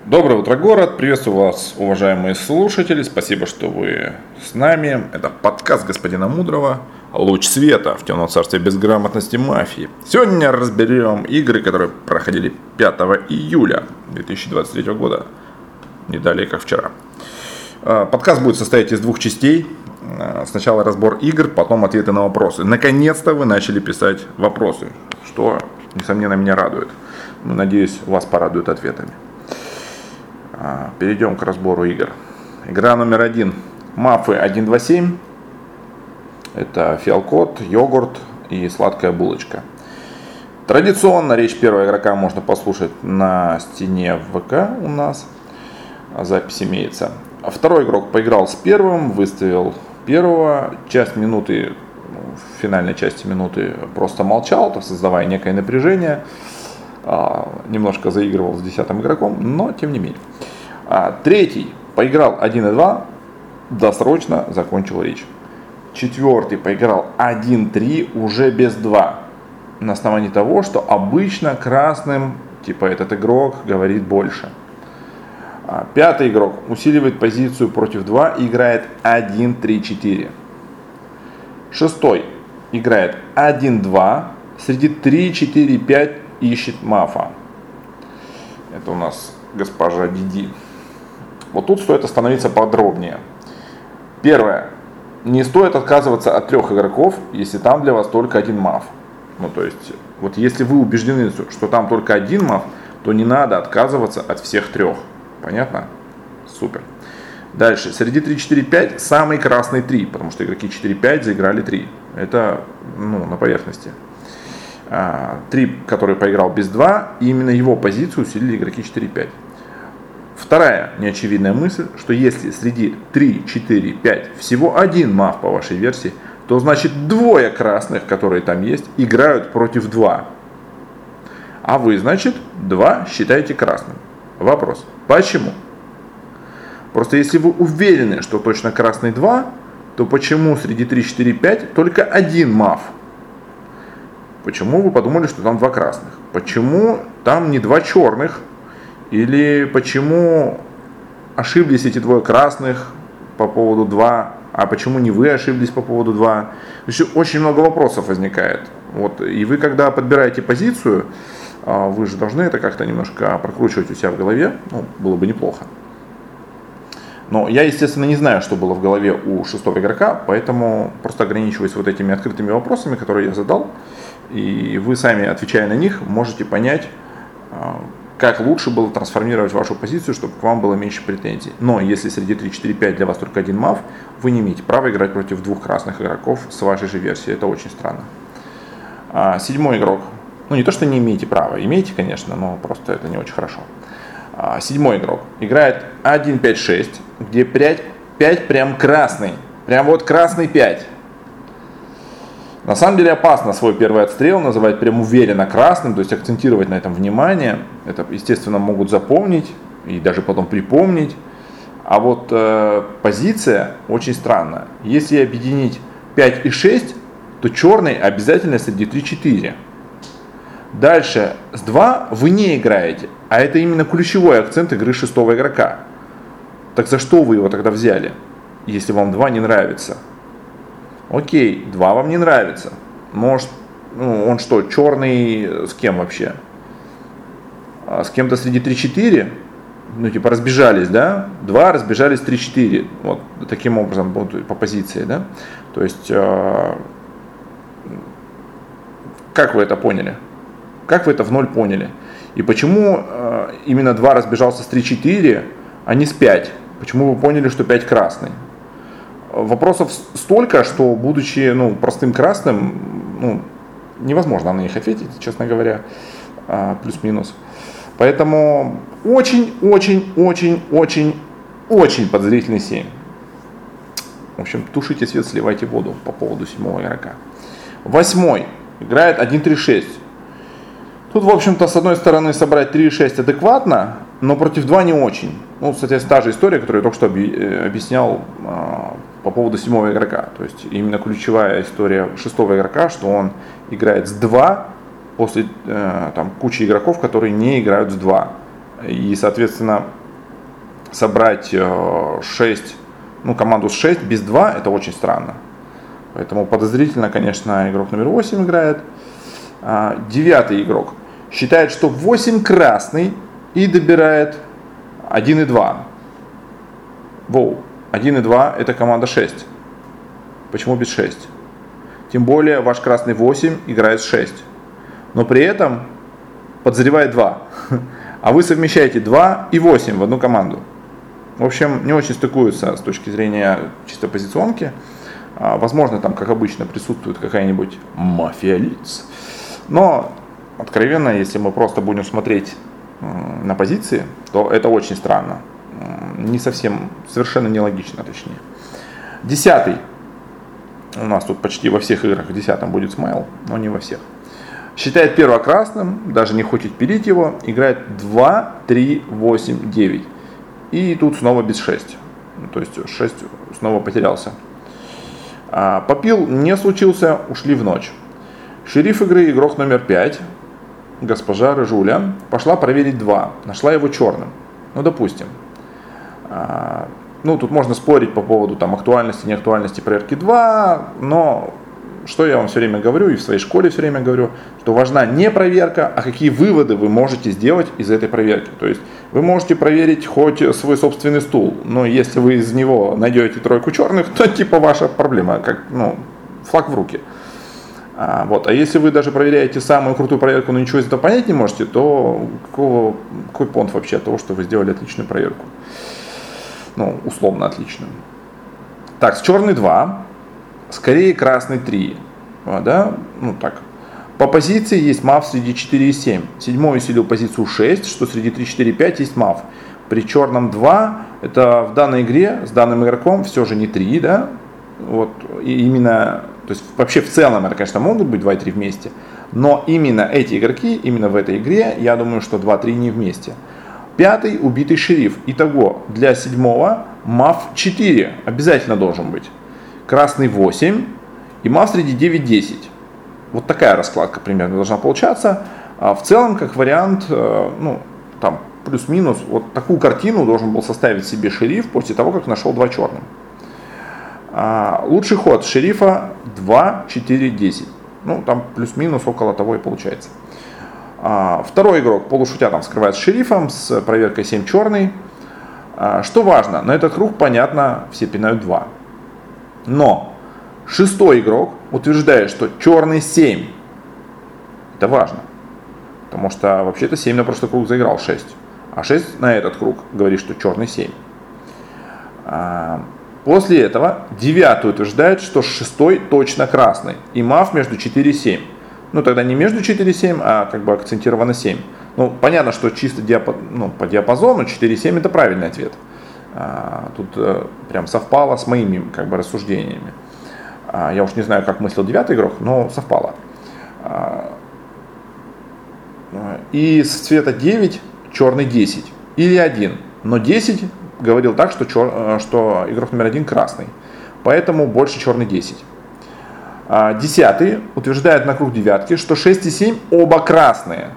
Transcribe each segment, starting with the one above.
Доброе утро, город! Приветствую вас, уважаемые слушатели. Спасибо, что вы с нами. Это подкаст господина Мудрого «Луч света в темном царстве безграмотности мафии». Сегодня разберем игры, которые проходили 5 июля 2023 года. Не далее, как вчера. Подкаст будет состоять из двух частей. Сначала разбор игр, потом ответы на вопросы. Наконец-то вы начали писать вопросы, что, несомненно, меня радует. Надеюсь, вас порадует ответами. Перейдем к разбору игр. Игра номер 1. Мафы 127. Это фиалкот, йогурт и сладкая булочка. Традиционно речь первого игрока можно послушать на стене в ВК у нас. Запись имеется. Второй игрок поиграл с первым, выставил первого. Часть минуты, в финальной части минуты просто молчал, создавая некое напряжение. Немножко заигрывал с 10-м игроком, но тем не менее. Третий поиграл 1-2, досрочно закончил речь. Четвертый поиграл 1-3, уже без 2. На основании того, что обычно красным, этот игрок говорит больше. Пятый игрок усиливает позицию против 2 и играет 1-3-4. Шестой играет 1-2, среди 3-4-5 ищет мафа. Это у нас госпожа Диди. Вот тут стоит остановиться подробнее. Первое. Не стоит отказываться от 3 игроков, если там для вас только один маф. Вот если вы убеждены, что там только один маф, то не надо отказываться от всех 3. Понятно? Супер. Дальше. Среди 3-4-5 самый красный 3, потому что игроки 4-5 заиграли 3. Это на поверхности. 3, который поиграл без 2, и именно его позицию усилили игроки 4-5. Вторая неочевидная мысль, что если среди 3, 4, 5 всего один маф по вашей версии, то значит 2 красных, которые там есть, играют против 2. А вы, значит, 2 считаете красным. Вопрос. Почему? Просто если вы уверены, что точно красный 2, то почему среди 3, 4, 5 только один маф? Почему вы подумали, что там 2 красных? Почему там не 2 черных? Или почему ошиблись эти 2 красных по поводу 2, а почему не вы ошиблись по поводу 2? Очень много вопросов возникает. И вы, когда подбираете позицию, вы же должны это как-то немножко прокручивать у себя в голове. Было бы неплохо. Но я, естественно, не знаю, что было в голове у 6-го игрока, поэтому просто ограничиваюсь этими открытыми вопросами, которые я задал. И вы сами, отвечая на них, можете понять, как лучше было трансформировать вашу позицию, чтобы к вам было меньше претензий. Но если среди 3, 4, 5 для вас только один маф, вы не имеете права играть против 2 красных игроков с вашей же версией. Это очень странно. 7-й игрок. Не то, что не имеете права. Имеете, конечно, но просто это не очень хорошо. 7-й игрок играет 1-5-6, где 5 прям красный. Прям красный 5. На самом деле опасно свой первый отстрел называть прям уверенно красным, то есть акцентировать на этом внимание. Это, естественно, могут запомнить и даже потом припомнить. А позиция очень странная. Если объединить 5 и 6, то черный обязательно среди 3-4. Дальше с 2 вы не играете, а это именно ключевой акцент игры 6-го игрока. Так за что вы его тогда взяли, если вам 2 не нравится? Окей, 2 вам не нравится. Может, он что, черный с кем вообще? С кем-то среди 3-4? Разбежались, да? 2 разбежались 3-4. Таким образом, по позиции, да? То есть, как вы это поняли? Как вы это в 0 поняли? И почему именно 2 разбежался с 3-4, а не с 5? Почему вы поняли, что 5 красный? Вопросов столько, что, будучи простым красным, невозможно на них ответить, честно говоря, плюс-минус. Поэтому очень подозрительный 7. В общем, тушите свет, сливайте воду по поводу 7-го игрока. 8-й играет 1-3-6. Тут, в общем-то, с одной стороны собрать 3-6 адекватно, но против 2 не очень. Кстати, та же история, которую я только что объяснял по поводу 7-го игрока. То есть именно ключевая история 6-го игрока, что он играет с 2 после кучи игроков, которые не играют с 2. И, соответственно, собрать 6, команду с 6 без 2 это очень странно. Поэтому подозрительно, конечно, игрок номер 8 играет. 9 игрок считает, что 8 красный и добирает 1 и 2. Воу, 1 и 2 это команда 6. Почему без 6? Тем более ваш красный 8 играет с 6. Но при этом подозревает 2. А вы совмещаете 2 и 8 в одну команду. В общем, не очень стыкуются с точки зрения чистой позиционки. Возможно, там, как обычно, присутствует какая-нибудь мафия лиц. Но, откровенно, если мы просто будем смотреть на позиции, то это очень странно. Не совсем, совершенно нелогично, точнее. 10. У нас тут почти во всех играх в 10 будет смайл, но не во всех. Считает первого красным, даже не хочет пилить его, играет 2, 3, 8, 9. И тут снова без 6. То есть 6 снова потерялся. Попил не случился, ушли в ночь. Шериф игры, игрок номер 5, госпожа Рыжуля, пошла проверить 2. Нашла его черным. Допустим. Тут можно спорить по поводу актуальности, неактуальности проверки 2, но что я вам все время говорю, и в своей школе все время говорю, что важна не проверка, а какие выводы вы можете сделать из этой проверки. То есть вы можете проверить хоть свой собственный стул, но если вы из него найдете 3 черных, то ваша проблема, как флаг в руки. А если вы даже проверяете самую крутую проверку, но ничего из этого понять не можете, то какой понт вообще от того, что вы сделали отличную проверку? Условно отличную. Так, с черный 2. Скорее красный 3. Да? По позиции есть мав среди 4 и 7. 7 усилил позицию 6, что среди 3, 4, 5 есть мав. При черном 2, это в данной игре с данным игроком все же не 3, да? И именно, то есть вообще в целом это, конечно, могут быть 2 и 3 вместе, но именно эти игроки, именно в этой игре, я думаю, что 2-3 не вместе. 5 убитый шериф. Итого для 7 мав 4 обязательно должен быть. Красный 8 и мав среди 9-10. Вот такая раскладка примерно должна получаться. В целом, как вариант, плюс-минус, вот такую картину должен был составить себе шериф после того, как нашел 2 черным. Лучший ход шерифа 2, 4, 10. Там плюс-минус около того и получается. Второй игрок, полушутя, скрывает с шерифом, с проверкой 7 черный. Что важно, на этот круг, понятно, все пинают 2. Но 6 игрок утверждает, что черный 7. Это важно. Потому что вообще-то 7 на прошлый круг заиграл 6. А 6 на этот круг говорит, что черный 7. После этого 9 утверждает, что 6 точно красный. И мав между 4 и 7. Тогда не между 4 и 7, а акцентировано 7. Понятно, что чисто по диапазону 4 и 7 это правильный ответ. Тут прям совпало с моими рассуждениями. Я уж не знаю, как мыслил 9 игрок, но совпало. И с цвета 9 черный 10 или 1. Но 10 говорил так, что игрок номер 1 красный. Поэтому больше черный 10. 10 утверждает на круг девятки, что 6 и 7 оба красные.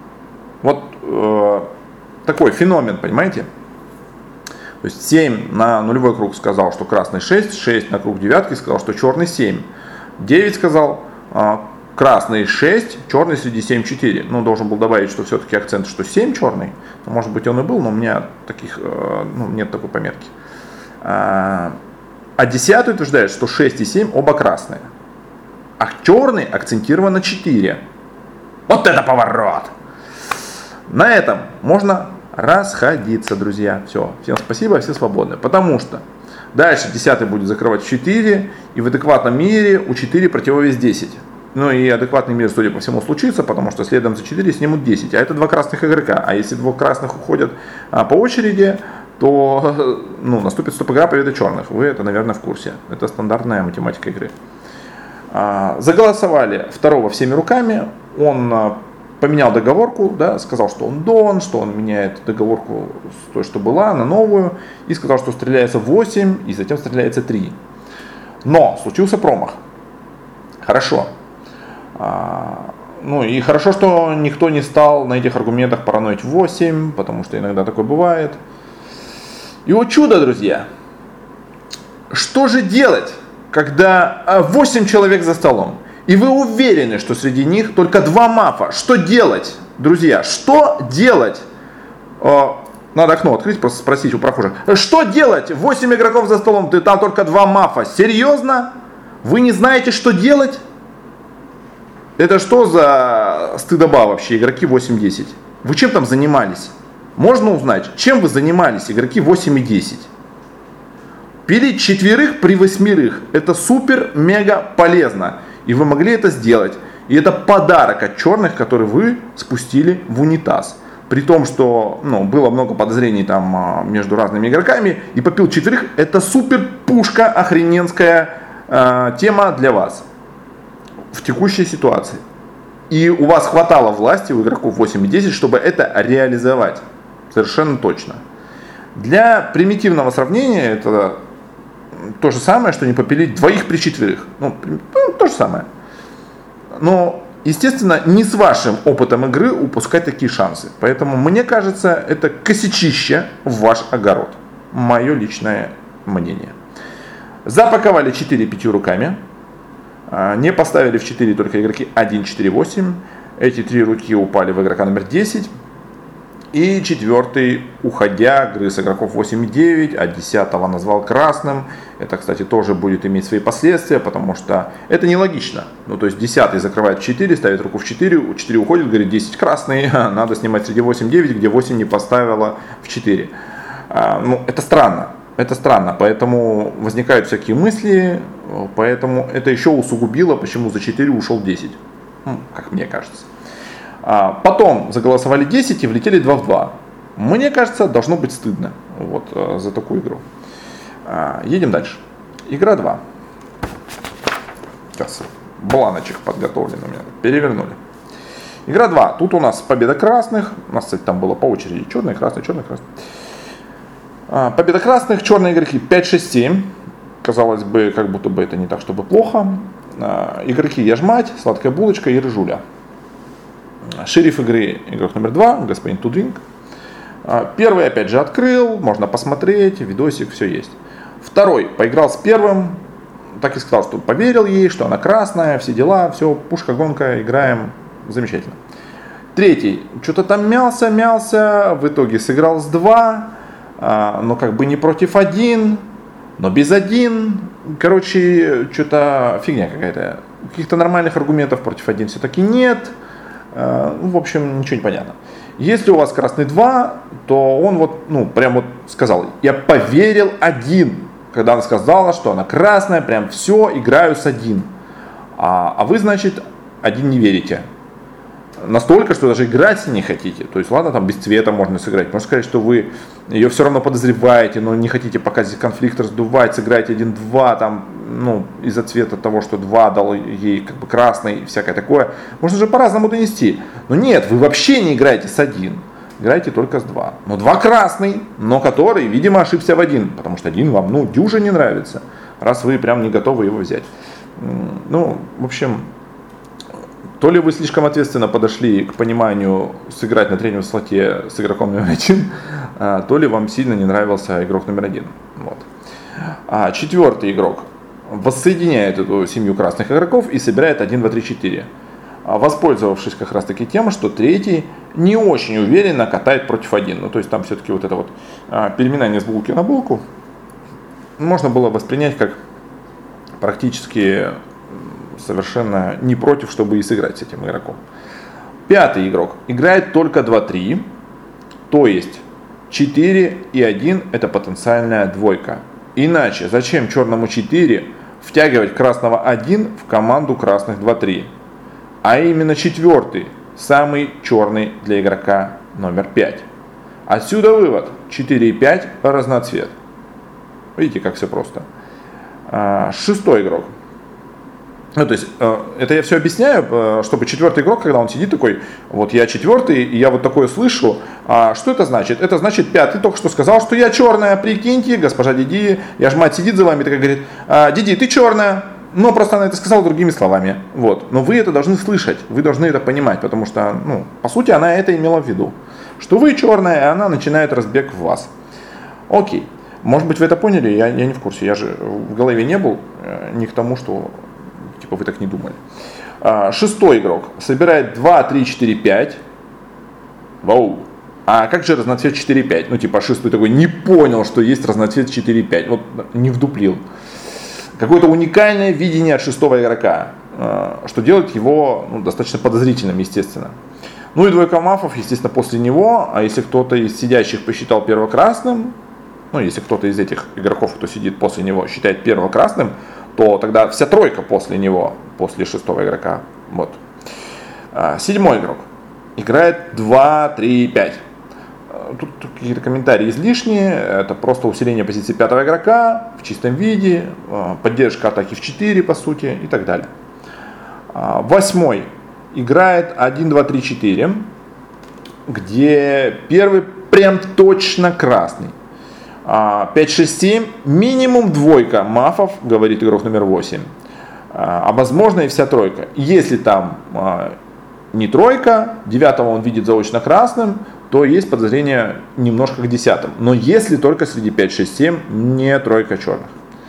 Такой феномен, понимаете? То есть 7 на нулевой круг сказал, что красный 6, 6 на круг девятки сказал, что черный 7. 9 сказал, красный 6, черный среди 7, 4. Должен был добавить, что все-таки акцент, что 7 черный. Может быть, он и был, но у меня нет такой пометки. А 10 утверждает, что 6 и 7 оба красные. А черный акцентировано 4. Вот это поворот! На этом можно расходиться, друзья. Все, всем спасибо, все свободны. Потому что дальше 10 будет закрывать 4, и в адекватном мире у 4 противовес 10. И адекватный мир, судя по всему, случится, потому что следом за 4 снимут 10. А это 2 красных игрока. А если 2 красных уходят по очереди, то наступит стоп-игра победы черных. Вы это, наверное, в курсе. Это стандартная математика игры. Заголосовали второго всеми руками. Он поменял договорку, да, сказал, что он дон, что он меняет договорку с той, что была, на новую, и сказал, что стреляется 8, и затем стреляется 3. Но случился промах. Хорошо. Ну и хорошо, что никто не стал на этих аргументах параноить 8, потому что иногда такое бывает. И вот чудо, друзья. Что же делать, когда 8 человек за столом, и вы уверены, что среди них только 2 мафа? Что делать, друзья? Что делать? Надо окно открыть, просто спросить у прохожих. Что делать? 8 игроков за столом, там только 2 мафа. Серьезно? Вы не знаете, что делать? Это что за стыдоба вообще, игроки 8-10? Вы чем там занимались? Можно узнать, чем вы занимались, игроки 8 и 10? Пилить 4 при 8 это супер-мега полезно. И вы могли это сделать. И это подарок от черных, который вы спустили в унитаз. При том, что было много подозрений там между разными игроками. И попил 4 это супер-пушка, охрененская тема для вас в текущей ситуации. И у вас хватало власти, у игроков 8 и 10, чтобы это реализовать. Совершенно точно. Для примитивного сравнения это то же самое, что не попилить 2 при 4. То же самое. Но, естественно, не с вашим опытом игры упускать такие шансы. Поэтому, мне кажется, это косячище в ваш огород. Мое личное мнение. Запаковали 4 5 руками. Не поставили в 4 только игроки 1, 4, 8. Эти 3 руки упали в игрока номер 10. И 4, уходя, грыз игроков 8 и 9, а 10 назвал красным. Это, кстати, тоже будет иметь свои последствия, потому что это нелогично. То есть 10 закрывает 4, ставит руку в 4, 4 уходит, говорит 10 красный, надо снимать среди 8-9, где 8 не поставила в 4. Это странно. Это странно, поэтому возникают всякие мысли, поэтому это еще усугубило, почему за 4 ушел 10, как мне кажется. Потом заголосовали 10 и влетели 2 в 2. Мне кажется, должно быть стыдно за такую игру. Едем дальше. Игра 2. Сейчас бланочек подготовлен у меня. Перевернули. Игра 2. Тут у нас победа красных. У нас, кстати, там было по очереди черный, красный, черный, красный. Победа красных, черные игроки 5-6-7. Казалось бы, как будто бы это не так, чтобы плохо. Игроки Яжмать, Сладкая булочка и Рыжуля. Шериф игры игрок номер 2, господин Тудринг. Первый опять же открыл, можно посмотреть, видосик, все есть. Второй поиграл с первым, так и сказал, что поверил ей, что она красная, все дела, все, пушка, гонка, играем, замечательно. Третий, что-то там мялся, в итоге сыграл с 2, но как бы не против 1, но без 1. Короче, что-то фигня какая-то. Каких-то нормальных аргументов против 1 все-таки нет. В общем, ничего не понятно. Если у вас красный 2, то он прям сказал, я поверил 1, когда она сказала, что она красная, прям все, играю с 1. А вы, значит, 1 не верите. Настолько, что даже играть не хотите. То есть, ладно, там без цвета можно сыграть. Можно сказать, что вы ее все равно подозреваете, но не хотите пока здесь конфликт раздувать, сыграете 1-2, там, из-за цвета того, что 2 дал ей как бы красный, всякое такое. Можно же по-разному донести. Но нет, вы вообще не играете с 1. Играете только с 2. Но 2 красный, но который, видимо, ошибся в 1. Потому что 1 вам, дюже не нравится, раз вы прям не готовы его взять. В общем... То ли вы слишком ответственно подошли к пониманию сыграть на третьем слоте с игроком номер 1, то ли вам сильно не нравился игрок номер 1. Четвертый игрок воссоединяет эту семью красных игроков и собирает 1, 2, 3, 4. Воспользовавшись как раз таки тем, что третий не очень уверенно катает против 1. То есть там все-таки это переминание с булки на булку можно было воспринять как практически... совершенно не против, чтобы и сыграть с этим игроком. Пятый игрок играет только 2-3, то есть 4 и 1 это потенциальная двойка. Иначе зачем черному 4 втягивать красного 1 в команду красных 2-3? А именно 4, самый черный для игрока номер 5. Отсюда вывод: 4 и 5 разноцвет. Видите, как все просто. Шестой игрок. То есть, это я все объясняю, чтобы четвертый игрок, когда он сидит такой, я четвертый, и я такое слышу, что это значит? Это значит, пятый только что сказал, что я черная, прикиньте, госпожа Диди, Яжмать сидит за вами, такая говорит, Диди, ты черная, Но просто она это сказала другими словами. Вот. Но вы это должны слышать, вы должны это понимать, потому что, ну, по сути, она это имела в виду. Что вы черная, и она начинает разбег в вас. Окей. Может быть, вы это поняли, я не в курсе. Я же в голове не был, не к тому, что типа вы так не думали. Шестой игрок собирает 2, 3, 4, 5. Вау. А как же разноцвет 4-5? Ну, типа, шестой такой не понял, что есть разноцвет 4-5. Вот не вдуплил. Какое-то уникальное видение от шестого игрока, что делает его достаточно подозрительным, естественно. Ну и двойка мафов, естественно, после него. А если кто-то из сидящих посчитал первокрасным, ну, если кто-то из этих игроков, кто сидит после него, считает первокрасным, то тогда вся тройка после него, после шестого игрока. Вот. Седьмой игрок играет 2, 3, 5. Тут какие-то комментарии излишние, это просто усиление позиции пятого игрока в чистом виде, поддержка атаки в 4 по сути и так далее. Восьмой играет 1, 2, 3, 4, где первый прям точно красный. 5, 6, 7, минимум двойка мафов, говорит игрок номер 8, а возможно и вся тройка. Если там не тройка, девятого он видит заочно красным, то есть подозрение немножко к десятым. Но если только среди 5, 6, 7 не тройка черных.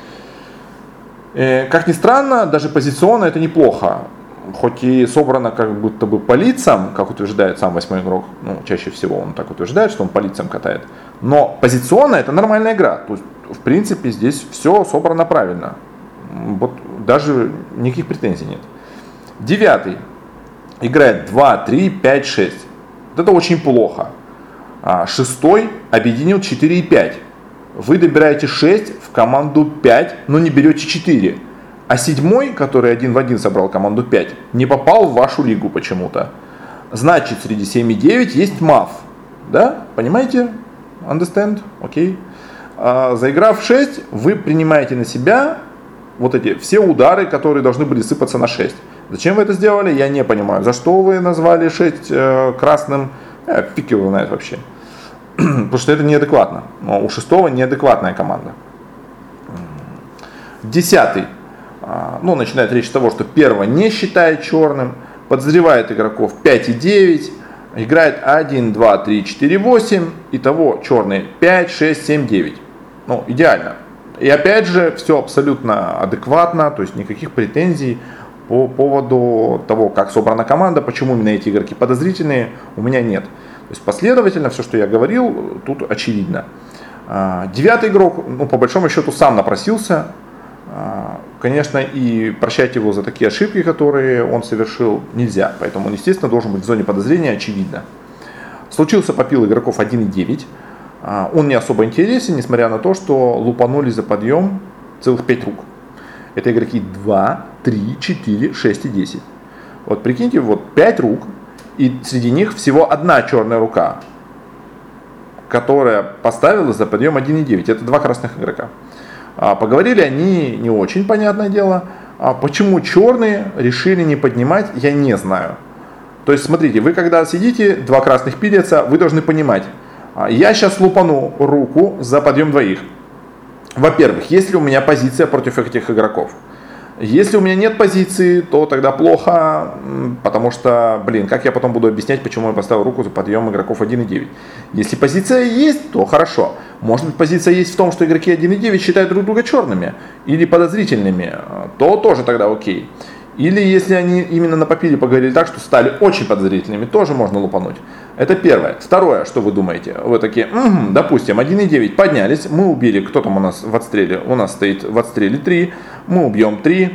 Как ни странно, даже позиционно это неплохо. Хоть и собрано как будто бы по лицам, как утверждает сам восьмой игрок, ну, чаще всего он так утверждает, что он по лицам катает. Но позиционно это нормальная игра. То есть, в принципе, здесь все собрано правильно. Вот даже никаких претензий нет. Девятый играет 2, 3, 5, 6. Вот это очень плохо. Шестой объединил 4 и 5. Вы добираете 6 в команду 5, но не берете 4. А седьмой, который один в один собрал команду 5, не попал в вашу лигу почему-то. Значит, среди 7 и 9 есть маф. Да? Понимаете? Understand? Окей. Заиграв 6, вы принимаете на себя вот эти все удары, которые должны были сыпаться на 6. Зачем вы это сделали, я не понимаю. За что вы назвали 6 красным? Фиг его знает вообще. Потому что это неадекватно. У шестого неадекватная команда. Десятый. Ну, начинает речь с того, что первого не считает черным. Подозревает игроков 5 и 9. Играет 1, 2, 3, 4, 8. Итого черный 5, 6, 7, 9. Ну, идеально. И опять же, все абсолютно адекватно. То есть никаких претензий по поводу того, как собрана команда, почему именно эти игроки подозрительные, у меня нет. То есть последовательно все, что я говорил, тут очевидно. Девятый игрок, ну, по большому счету, сам напросился. Конечно, и прощать его за такие ошибки, которые он совершил, нельзя. Поэтому он, естественно, должен быть в зоне подозрения, очевидно. Случился попил игроков 1 и 9. Он не особо интересен, несмотря на то, что лупанули за подъем целых 5 рук. Это игроки 2, 3, 4, 6 и 10. Вот прикиньте, вот 5 рук, и среди них всего одна черная рука, которая поставила за подъем 1 и 9. Это 2 красных игрока. Поговорили они не очень, понятное дело. Почему черные решили не поднимать, я не знаю. То есть, смотрите, вы когда сидите, 2 красных пилятся, вы должны понимать, я сейчас лупану руку за подъем двоих. Во-первых, есть ли у меня позиция против этих игроков? Если у меня нет позиции, то тогда плохо, потому что, как я потом буду объяснять, почему я поставил руку за подъем игроков 1 и 9. Если позиция есть, то хорошо. Может быть, позиция есть в том, что игроки 1 и 9 считают друг друга черными или подозрительными, то тоже тогда окей. Или если они именно на попиле поговорили так, что стали очень подозрительными, тоже можно лупануть. Это первое. Второе, что вы думаете? Вы такие, допустим, 1,9 поднялись, мы убили, кто там у нас в отстреле? У нас стоит в отстреле 3, мы убьем 3.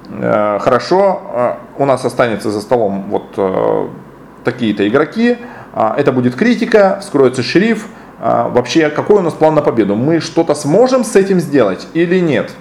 Хорошо, у нас останется за столом вот такие-то игроки. Это будет критика, вскроется шериф. Вообще, какой у нас план на победу? Мы что-то сможем с этим сделать или нет?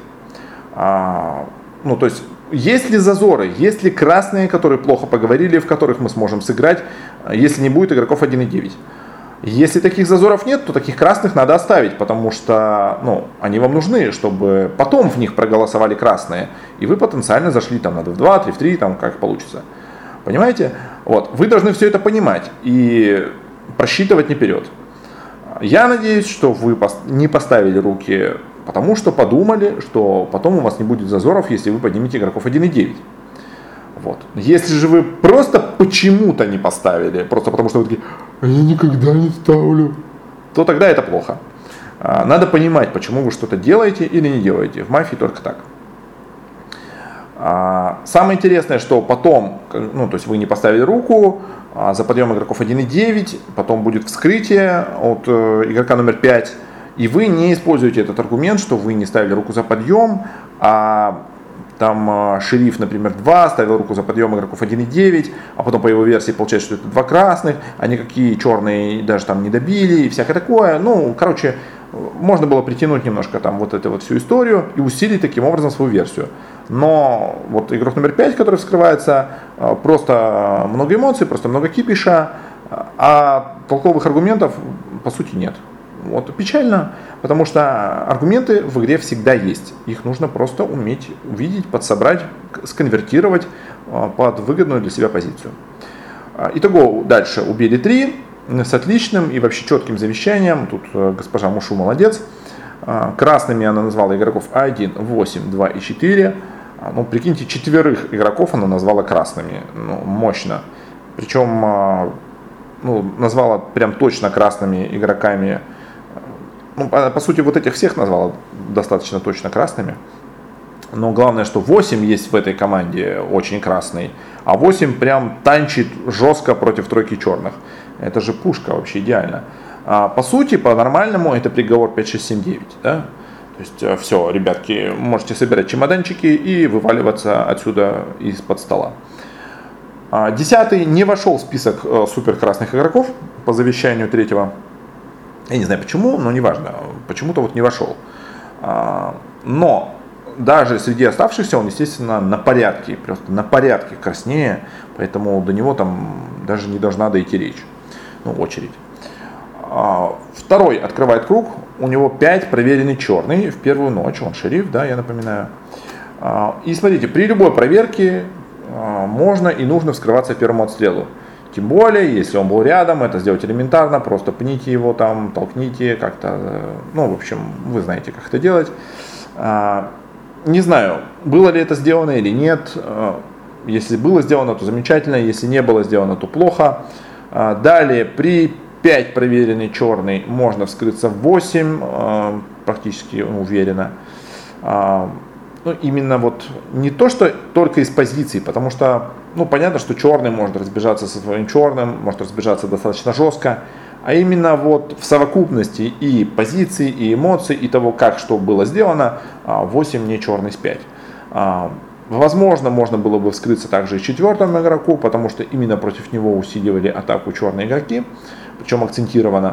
Ну, то есть, есть ли зазоры, есть ли красные, которые плохо поговорили, в которых мы сможем сыграть, если не будет игроков 1,9? Если таких зазоров нет, то таких красных надо оставить, потому что они вам нужны, чтобы потом в них проголосовали красные, и вы потенциально зашли там на 2, 3, 3, там как получится. Понимаете? Вот. Вы должны все это понимать и просчитывать наперед. Я надеюсь, что вы не поставили руки Потому что подумали, что потом у вас не будет зазоров, если вы поднимете игроков 1.9. Вот. Если же вы просто почему-то не поставили, просто потому что вы такие, а я никогда не ставлю, то тогда это плохо. Надо понимать, почему вы что-то делаете или не делаете. В мафии только так. Самое интересное, что потом, ну, то есть вы не поставили руку за подъем игроков 1.9, потом будет вскрытие от игрока номер 5, и вы не используете этот аргумент, что вы не ставили руку за подъем, а там шериф, например, 2 ставил руку за подъем игроков 1.9, а потом по его версии получается, что это 2 красных, а никакие черные даже там не добили и всякое такое. Ну, короче, можно было притянуть немножко там вот эту вот всю историю и усилить таким образом свою версию. Но вот игрок номер 5, который вскрывается, просто много эмоций, просто много кипиша, а толковых аргументов по сути нет. Вот печально, потому что аргументы в игре всегда есть. Их нужно просто уметь увидеть, подсобрать, сконвертировать под выгодную для себя позицию. Итого дальше убили 3 с отличным и вообще четким завещанием. Тут госпожа Мушу молодец. Красными она назвала игроков 1, 8, 2 и 4. Ну, прикиньте, 4 игроков она назвала красными. Ну, мощно. Причем назвала прям точно красными игроками. Ну, по сути, вот этих всех назвала достаточно точно красными. Но главное, что 8 есть в этой команде очень красный. А 8 прям танчит жестко против тройки черных. Это же пушка вообще идеально. По сути, по-нормальному это приговор 5, 6, 7, 9. Да? То есть все, ребятки, можете собирать чемоданчики и вываливаться отсюда из-под стола. 10-й не вошел в список супер красных игроков по завещанию 3-го. Я не знаю почему, но неважно. Почему-то вот не вошел. Но даже среди оставшихся он, естественно, на порядке. Просто на порядке краснее. Поэтому до него там даже не должна дойти речь. Ну, очередь. 2-й открывает круг. У него 5 проверенный черный в первую ночь. Он шериф, да, я напоминаю. И смотрите, при любой проверке можно и нужно вскрываться первому отстрелу. Тем более, если он был рядом, это сделать элементарно, просто пните его там, толкните как-то, ну, в общем, вы знаете, как это делать. Не знаю, было ли это сделано или нет. Если было сделано, то замечательно, если не было сделано, то плохо. Далее, при 5 проверенный черный можно вскрыться в 8, практически уверенно. Ну, именно вот не то, что только из позиций, потому что, ну, понятно, что черный может разбежаться со своим черным, может разбежаться достаточно жестко, а именно вот в совокупности и позиций, и эмоций, и того, как что было сделано, 8 не черный с 5. Возможно, можно было бы вскрыться также и 4-му игроку, потому что именно против него усиливали атаку черные игроки, причем акцентированно.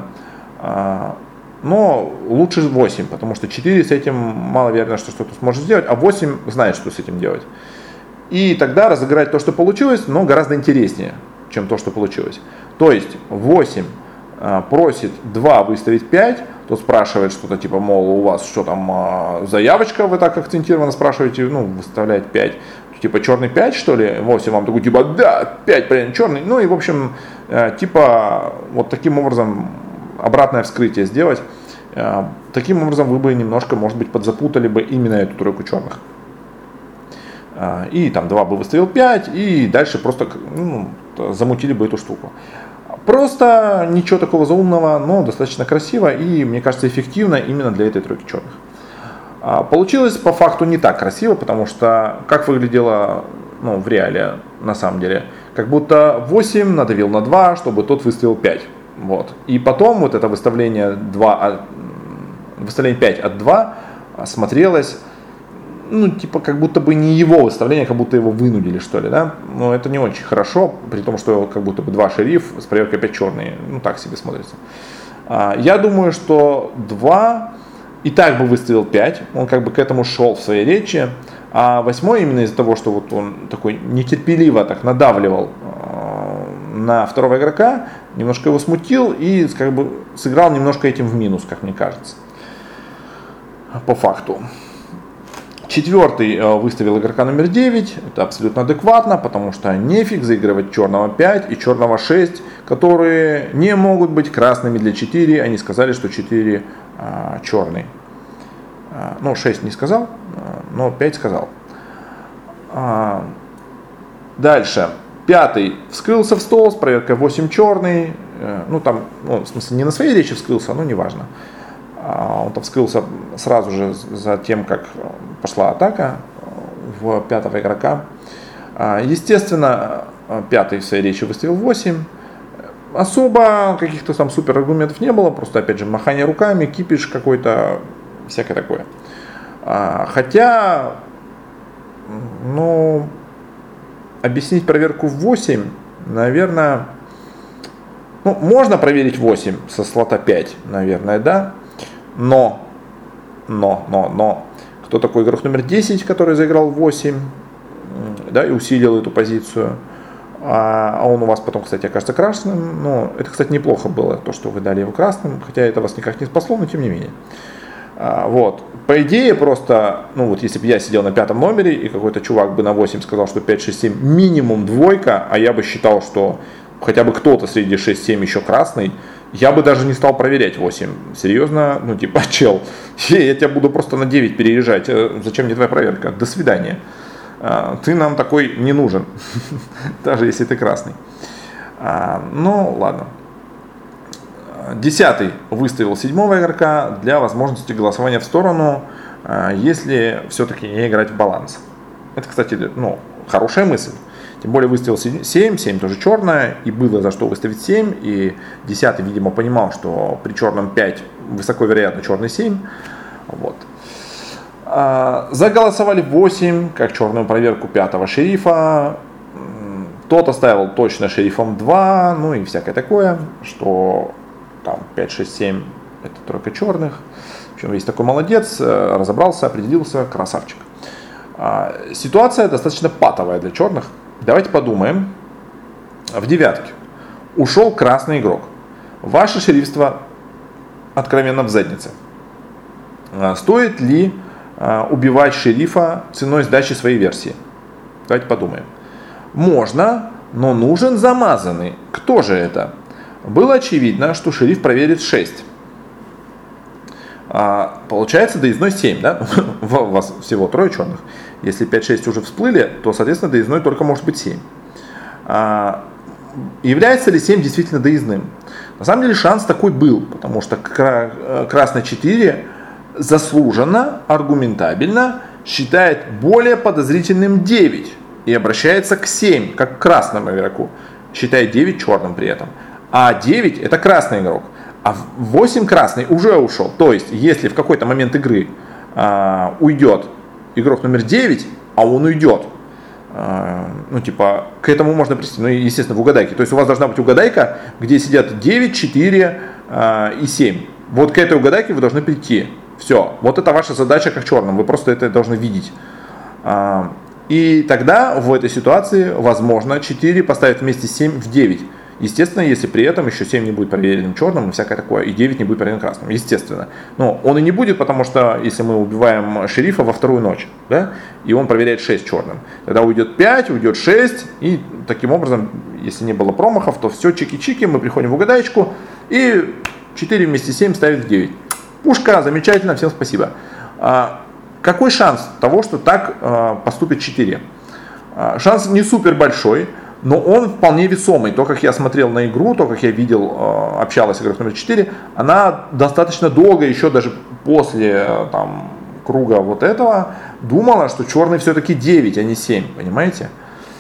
Но лучше 8, потому что 4 с этим маловероятно, что что-то сможет сделать, а 8 знает, что с этим делать. И тогда разыграть то, что получилось, но гораздо интереснее, чем то, что получилось. То есть 8 просит 2 выставить 5, тот спрашивает что-то типа, мол, у вас что там, заявочка, вы так акцентированно спрашиваете, ну, выставляет 5. Типа черный 5, что ли? 8 вам такой, типа, да, 5, блин, черный. Ну и в общем, типа, вот таким образом обратное вскрытие сделать. Таким образом вы бы немножко, может быть, подзапутали бы именно эту тройку черных. И там 2 бы выставил 5, и дальше просто замутили бы эту штуку. Просто ничего такого заумного, но достаточно красиво и, мне кажется, эффективно именно для этой тройки черных. Получилось по факту не так красиво, потому что как выглядело, ну, в реале на самом деле, как будто 8 надавил на 2, чтобы тот выставил 5. Вот. И потом вот это выставление 5 от 2 смотрелось, ну, типа, как будто бы не его выставление, как будто его вынудили, что ли, да. Но это не очень хорошо, при том, что как будто бы 2 шериф с проверкой 5 черные, ну, так себе смотрится. Я думаю, что 2 и так бы выставил 5, он как бы к этому шел в своей речи, а 8 именно из-за того, что вот он такой нетерпеливо так надавливал на 2-го игрока, немножко его смутил и как бы сыграл немножко этим в минус, как мне кажется, по факту. 4-й выставил игрока номер 9, это абсолютно адекватно, потому что нефиг заигрывать черного 5 и черного 6, которые не могут быть красными для 4, они сказали, что 4 черный. Ну, 6 не сказал, но 5 сказал. Дальше. 5 вскрылся в стол с проверкой 8 черный. Ну, там, ну, в смысле, не на своей речи вскрылся, но неважно. Он там вскрылся сразу же за тем, как пошла атака в 5-го игрока. Естественно, 5 в своей речи выставил 8. Особо каких-то там супер аргументов не было, просто опять же махание руками, кипиш какой-то, всякое такое. Хотя, ну, объяснить проверку в 8, наверное, ну, можно проверить 8 со слота 5, наверное, да, но, кто такой игрок номер 10, который заиграл 8, да, и усилил эту позицию, а он у вас потом, кстати, окажется красным, но это, кстати, неплохо было, то, что вы дали его красным, хотя это вас никак не спасло, но тем не менее. Вот. По идее, просто, ну вот если бы я сидел на 5-м номере, и какой-то чувак бы на 8 сказал, что 5, 6, 7 минимум двойка, а я бы считал, что хотя бы кто-то среди 6, 7 еще красный, я бы даже не стал проверять 8. Серьезно, ну типа, чел, я тебя буду просто на 9 переезжать, зачем мне твоя проверка? До свидания. Ты нам такой не нужен, даже если ты красный. Ну, ладно. 10 выставил 7-го игрока для возможности голосования в сторону, если все-таки не играть в баланс. Это, кстати, ну, хорошая мысль. Тем более выставил 7 тоже черная, и было за что выставить 7, и 10, видимо, понимал, что при черном 5 высоко вероятно черный 7. Вот. Заголосовали 8, как черную проверку 5-го шерифа. Тот оставил точно шерифом 2, ну и всякое такое, что там 5, 6, 7 это тройка черных. В общем, весь такой молодец, разобрался, определился, красавчик. Ситуация достаточно патовая для черных. Давайте подумаем. В 9-ке ушел красный игрок. Ваше шерифство откровенно в заднице. Стоит ли убивать шерифа ценой сдачи своей версии? Давайте подумаем. Можно, но нужен замазанный. Кто же это? Было очевидно, что шериф проверит 6. Получается доездной 7, да? У вас всего 3 черных. Если 5-6 уже всплыли, то, соответственно, доездной только может быть 7. Является ли 7 действительно доездным? На самом деле шанс такой был, потому что красный 4 заслуженно, аргументабельно считает более подозрительным 9 и обращается к 7, как к красному игроку, считая 9 черным при этом. А 9 это красный игрок, а 8 красный уже ушел. То есть, если в какой-то момент игры уйдет игрок номер 9, а он уйдет, ну типа, к этому можно прийти, ну естественно в угадайке. То есть у вас должна быть угадайка, где сидят 9, 4 и 7. Вот к этой угадайке вы должны прийти. Все, вот это ваша задача как черным, вы просто это должны видеть. И тогда в этой ситуации возможно 4 поставить вместе с 7 в 9. Естественно, если при этом еще 7 не будет проверенным черным и всякое такое, и 9 не будет проверенным красным, естественно. Но он и не будет, потому что если мы убиваем шерифа во вторую ночь, да, и он проверяет 6 черным, тогда уйдет 5, уйдет 6, и таким образом, если не было промахов, то все чики-чики, мы приходим в угадаечку, и 4 вместе с 7 ставит в 9. Пушка, замечательно, всем спасибо. Какой шанс того, что так поступит 4? Шанс не супер большой, но он вполне весомый. То, как я смотрел на игру, то, как я видел, общалась с игроком номер 4, она достаточно долго, еще даже после там, круга вот этого, думала, что черный все-таки 9, а не 7, понимаете?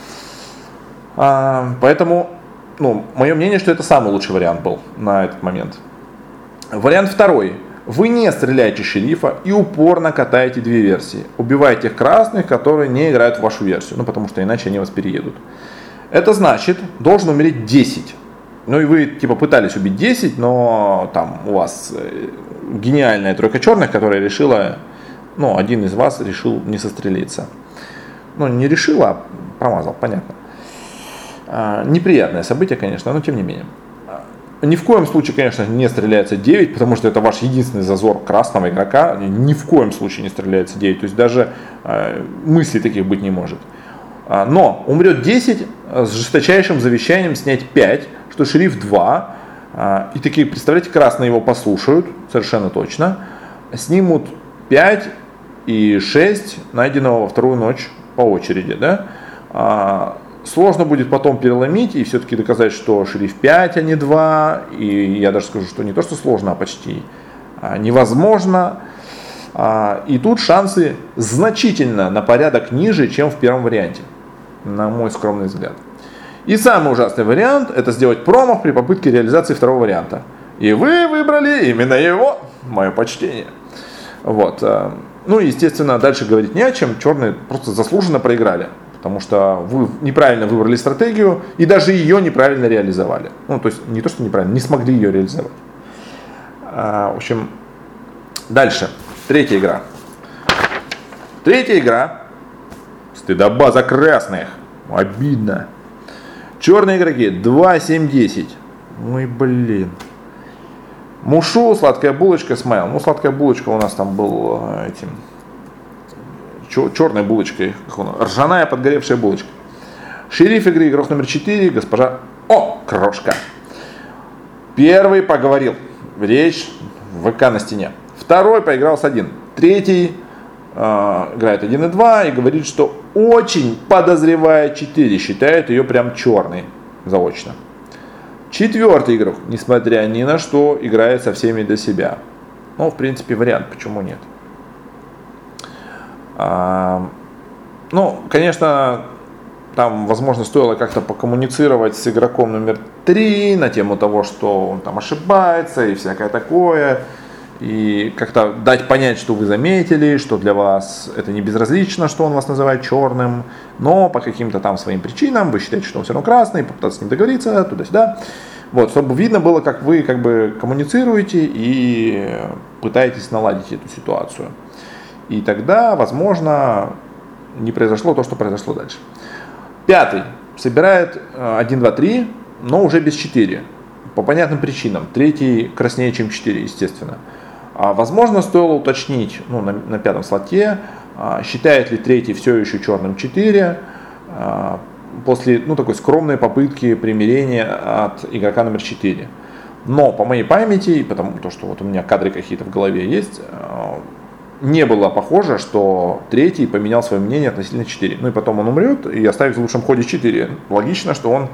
Поэтому, ну, мое мнение, что это самый лучший вариант был на этот момент. Вариант второй. Вы не стреляете шерифа и упорно катаете 2 версии. Убиваете тех красных, которые не играют в вашу версию, ну потому что иначе они вас переедут. Это значит, должен умереть 10. Ну и вы типа пытались убить 10, но там у вас гениальная тройка черных, которая решила, ну один из вас решил не сострелиться. Ну не решил, а промазал, понятно. Неприятное событие, конечно, но тем не менее. Ни в коем случае, конечно, не стреляется 9, потому что это ваш единственный зазор красного игрока. Ни в коем случае не стреляется 9, то есть даже мыслей таких быть не может. Но умрет 10 с жесточайшим завещанием снять 5, что шериф 2. И такие, представляете, красные его послушают, совершенно точно. Снимут 5 и 6 найденного во вторую ночь по очереди, да? Сложно будет потом переломить и все-таки доказать, что шериф 5, а не 2. И я даже скажу, что не то, что сложно, а почти невозможно. И тут шансы значительно на порядок ниже, чем в первом варианте, на мой скромный взгляд. И самый ужасный вариант — это сделать промах при попытке реализации второго варианта. И вы выбрали именно его. Мое почтение. Вот. Ну, естественно, дальше говорить не о чем. Черные просто заслуженно проиграли. Потому что вы неправильно выбрали стратегию и даже ее неправильно реализовали. Ну, то есть не то, что неправильно, не смогли ее реализовать. В общем, дальше. Третья игра. Третья игра. Стыдоба за красных. Обидно. Черные игроки 2, 7, 10. Ой, блин. Мушу, сладкая булочка, смайл. Ну, сладкая булочка у нас там был этим... черной булочкой, ржаная подгоревшая булочка. Шериф игры, игрок номер 4, госпожа Крошка. Первый поговорил, речь ВК на стене. Второй поиграл с 1. Третий играет 1 и 2 и говорит, что очень подозревает 4, считает ее прям черной заочно. Четвертый игрок, несмотря ни на что, играет со всеми для себя. Ну, в принципе, вариант, почему нет. Ну, конечно, там, возможно, стоило как-то покоммуницировать с игроком номер 3 на тему того, что он там ошибается и всякое такое. И как-то дать понять, что вы заметили, что для вас это не безразлично, что он вас называет черным, но по каким-то там своим причинам вы считаете, что он все равно красный, попытаться с ним договориться, туда-сюда. Вот, чтобы видно было, как вы как бы коммуницируете и пытаетесь наладить эту ситуацию. И тогда, возможно, не произошло то, что произошло дальше. Пятый собирает 1, 2, 3, но уже без 4. По понятным причинам. Третий краснее, чем 4, естественно. Возможно, стоило уточнить на пятом слоте, считает ли третий все еще черным 4, после такой скромной попытки примирения от игрока номер 4. Но по моей памяти, потому что вот у меня кадры какие-то в голове есть, не было похоже, что третий поменял свое мнение относительно 4. Ну и потом он умрет и оставит в лучшем ходе 4. Логично, что он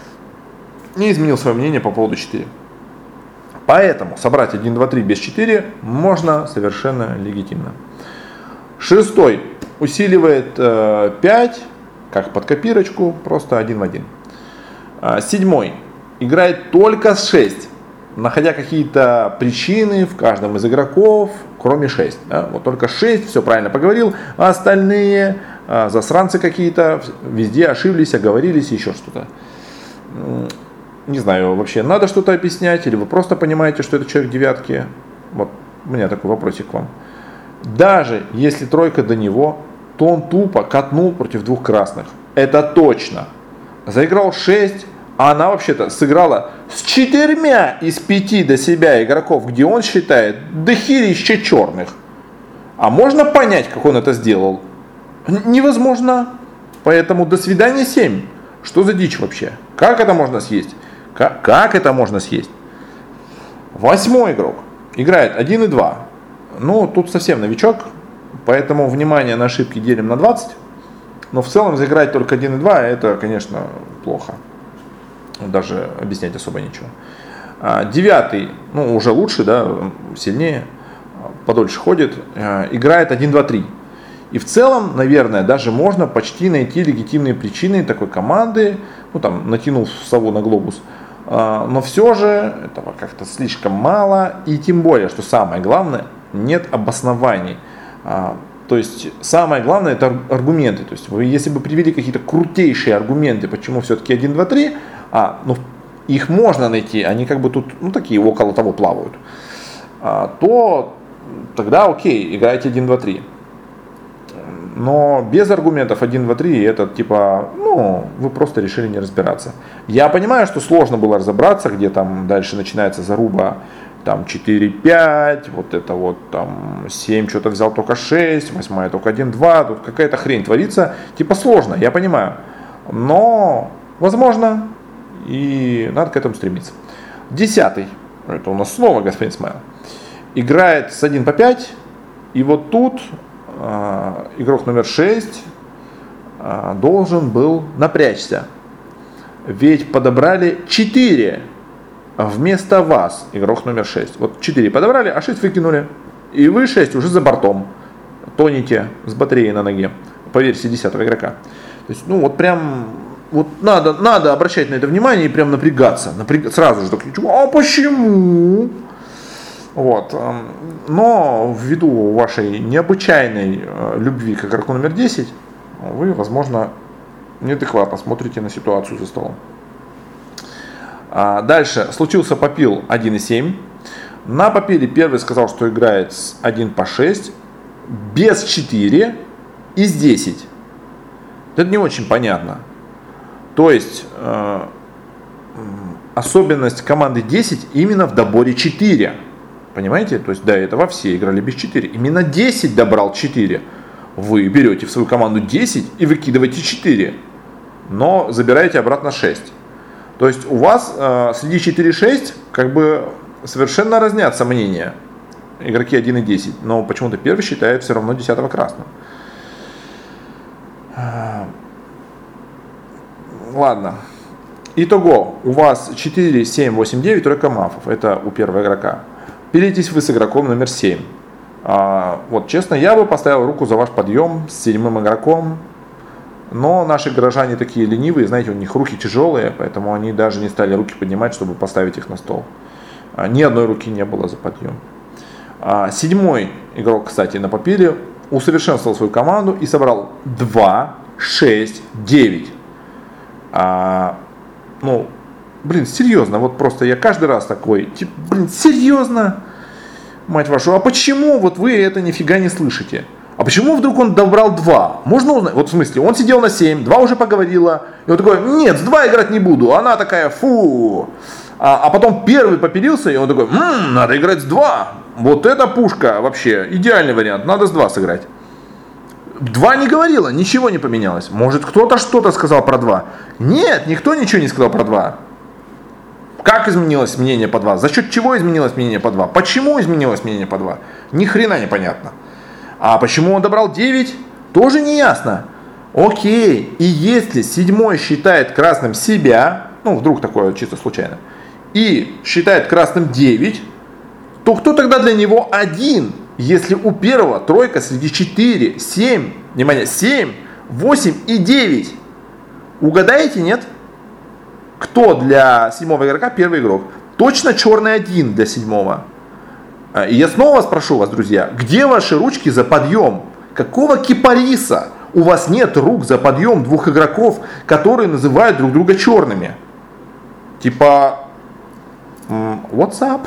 не изменил свое мнение по поводу 4. Поэтому собрать 1, 2, 3 без 4 можно совершенно легитимно. Шестой усиливает 5, как под копирочку, просто 1 в 1. Седьмой играет только с 6, находя какие-то причины в каждом из игроков, кроме 6. Да? Вот только 6, все правильно поговорил, а остальные засранцы какие-то, везде ошиблись, оговорились, еще что-то. Не знаю, вообще надо что-то объяснять, или вы просто понимаете, что это человек девятки? Вот у меня такой вопросик к вам. Даже если тройка до него, то он тупо катнул против 2 красных. Это точно. Заиграл 6, а она вообще-то сыграла с 4 из 5 до себя игроков, где он считает дохерища черных. А можно понять, как он это сделал? Невозможно. Поэтому до свидания 7. Что за дичь вообще? Как это можно съесть? Как это можно съесть? 8 игрок играет 1 и 2. Ну, тут совсем новичок, поэтому внимание на ошибки делим на 20. Но в целом заиграть только 1 и 2, это, конечно, плохо. Даже объяснять особо нечего. 9, уже лучше, да, сильнее, подольше ходит, играет 1, 2, 3. И в целом, наверное, даже можно почти найти легитимные причины такой команды, натянув сову на глобус. Но все же этого как-то слишком мало, и тем более, что самое главное, нет обоснований. То есть самое главное это аргументы. То есть вы, если бы привели какие-то крутейшие аргументы, почему все-таки 1, 2, 3, их можно найти, они как бы тут такие около того плавают, то тогда окей, играйте 1, 2, 3. Но без аргументов 1, 2, 3 это типа, вы просто решили не разбираться. Я понимаю, что сложно было разобраться, где там дальше начинается заруба, там 4, 5, вот это вот там 7 что-то взял только 6, 8 только 1, 2, тут какая-то хрень творится, типа сложно, я понимаю. Но возможно, и надо к этому стремиться. 10, это у нас снова господин Смайл, играет с 1 по 5, И вот тут игрок номер 6 должен был напрячься. Ведь подобрали 4 вместо вас, игрок номер 6. Вот 4 подобрали, а 6 выкинули. И вы 6 уже за бортом. Тонете с батареей на ноге по версии 10-го игрока. То есть, ну вот прям, вот надо обращать на это внимание и прям напрягаться. Сразу же такой, а почему? Вот. Но ввиду вашей необычайной любви к игроку номер 10, вы, возможно, неадекватно смотрите на ситуацию за столом. Дальше случился попил 1,7. На попиле первый сказал, что играет с 1 по 6, без 4 и с 10. Это не очень понятно. То есть особенность команды 10 именно в доборе 4. Понимаете? То есть до этого все играли без 4. Именно 10 добрал 4. Вы берете в свою команду 10 и выкидываете 4. Но забираете обратно 6. То есть у вас среди 4-6 как бы совершенно разнятся мнения. Игроки 1 и 10. Но почему-то первый считает все равно 10-го красным. Ладно. Итого. У вас 4, 7, 8, 9 только мафов. Это у первого игрока. Пилитесь вы с игроком номер 7. Вот честно, я бы поставил руку за ваш подъем с 7-м игроком. Но наши горожане такие ленивые, знаете, у них руки тяжелые, поэтому они даже не стали руки поднимать, чтобы поставить их на стол. Ни одной руки не было за подъем. 7-й игрок, кстати, на попиле усовершенствовал свою команду и собрал 2, 6, 9. Ну, блин, серьезно, вот просто я каждый раз такой, типа, блин, серьезно? Мать вашу, а почему вот вы это нифига не слышите? А почему вдруг он добрал 2? Можно узнать? Вот в смысле, он сидел на 7, 2 уже поговорила. И он такой, нет, с 2 играть не буду. Она такая, фу. А потом первый попилился, и он такой, надо играть с 2. Вот эта пушка вообще, идеальный вариант, надо с 2 сыграть. 2 не говорила, ничего не поменялось. Может, кто-то что-то сказал про 2? Нет, никто ничего не сказал про 2. Как изменилось мнение по 2? За счет чего изменилось мнение по 2? Почему изменилось мнение по 2? Ни хрена непонятно. А почему он добрал 9? Тоже не ясно. Окей, и если 7-й считает красным себя, ну вдруг такое чисто случайно, и считает красным 9, то кто тогда для него 1? Если у первого тройка среди 4, 7, внимание, 7, 8 и 9. Угадаете, нет? Кто для 7-го игрока первый игрок? Точно черный 1 для 7-го. И я снова спрошу вас, друзья, где ваши ручки за подъем? Какого кипариса? У вас нет рук за подъем 2 игроков, которые называют друг друга черными. Типа, what's up?